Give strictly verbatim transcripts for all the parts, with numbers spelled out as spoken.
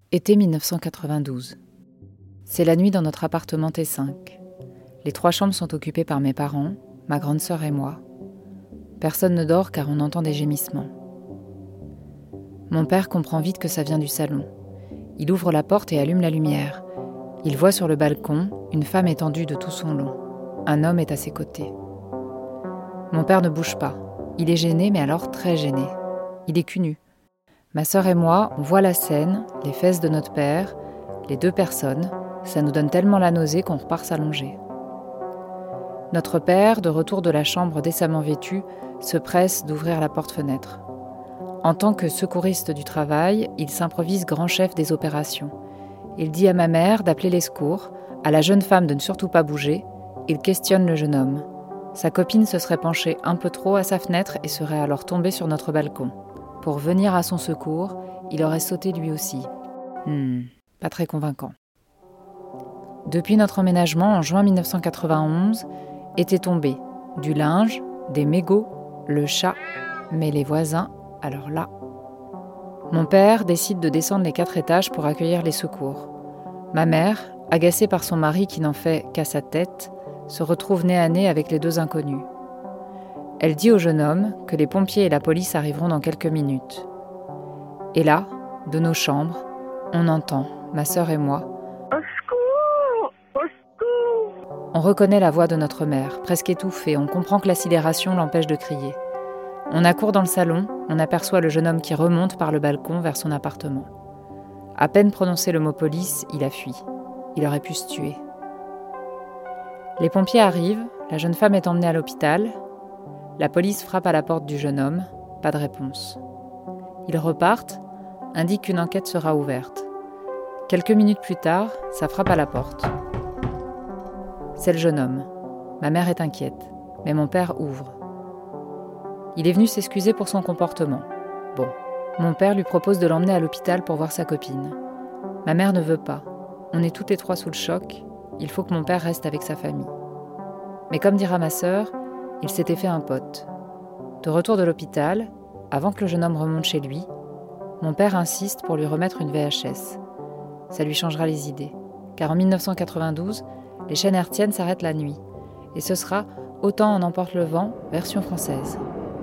Été mille neuf cent quatre-vingt-douze. C'est la nuit dans notre appartement T cinq. Les trois chambres sont occupées par mes parents, ma grande sœur et moi. Personne ne dort car on entend des gémissements. Mon père comprend vite que ça vient du salon. Il ouvre la porte et allume la lumière. Il voit sur le balcon une femme étendue de tout son long. Un homme est à ses côtés. Mon père ne bouge pas. Il est gêné, mais alors très gêné. Il est cul nu. Ma sœur et moi, on voit la scène, les fesses de notre père, les deux personnes. Ça nous donne tellement la nausée qu'on repart s'allonger. Notre père, de retour de la chambre décemment vêtu, se presse d'ouvrir la porte-fenêtre. En tant que secouriste du travail, il s'improvise grand chef des opérations. Il dit à ma mère d'appeler les secours, à la jeune femme de ne surtout pas bouger. Il questionne le jeune homme. Sa copine se serait penchée un peu trop à sa fenêtre et serait alors tombée sur notre balcon. Pour venir à son secours, il aurait sauté lui aussi. Hmm, pas très convaincant. Depuis notre emménagement en juin mille neuf cent quatre-vingt-onze, était tombé du linge, des mégots, le chat, mais les voisins, alors là. Mon père décide de descendre les quatre étages pour accueillir les secours. Ma mère, agacée par son mari qui n'en fait qu'à sa tête, se retrouve nez à nez avec les deux inconnus. Elle dit au jeune homme que les pompiers et la police arriveront dans quelques minutes. Et là, de nos chambres, on entend, ma sœur et moi, « Au secours ! Au secours !» On reconnaît la voix de notre mère, presque étouffée, on comprend que la sidération l'empêche de crier. On accourt dans le salon, on aperçoit le jeune homme qui remonte par le balcon vers son appartement. À peine prononcé le mot police, il a fui. Il aurait pu se tuer. Les pompiers arrivent, la jeune femme est emmenée à l'hôpital. La police frappe à la porte du jeune homme, pas de réponse. Ils repartent, indiquent qu'une enquête sera ouverte. Quelques minutes plus tard, ça frappe à la porte. C'est le jeune homme. Ma mère est inquiète, mais mon père ouvre. Il est venu s'excuser pour son comportement. Bon, mon père lui propose de l'emmener à l'hôpital pour voir sa copine. Ma mère ne veut pas. On est toutes les trois sous le choc. Il faut que mon père reste avec sa famille. Mais comme dira ma sœur, il s'était fait un pote. De retour de l'hôpital, avant que le jeune homme remonte chez lui, mon père insiste pour lui remettre une V H S. Ça lui changera les idées. Car en mille neuf cent quatre-vingt-douze, les chaînes hertziennes s'arrêtent la nuit. Et ce sera Autant en emporte le vent, version française.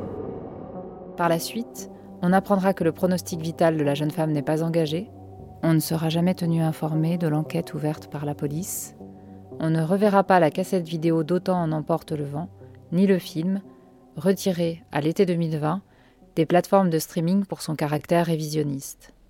Par la suite, on apprendra que le pronostic vital de la jeune femme n'est pas engagé. On ne sera jamais tenu informé de l'enquête ouverte par la police. On ne reverra pas la cassette vidéo d'Autant en emporte le vent, ni le film, retiré à l'été deux mille vingt des plateformes de streaming pour son caractère révisionniste.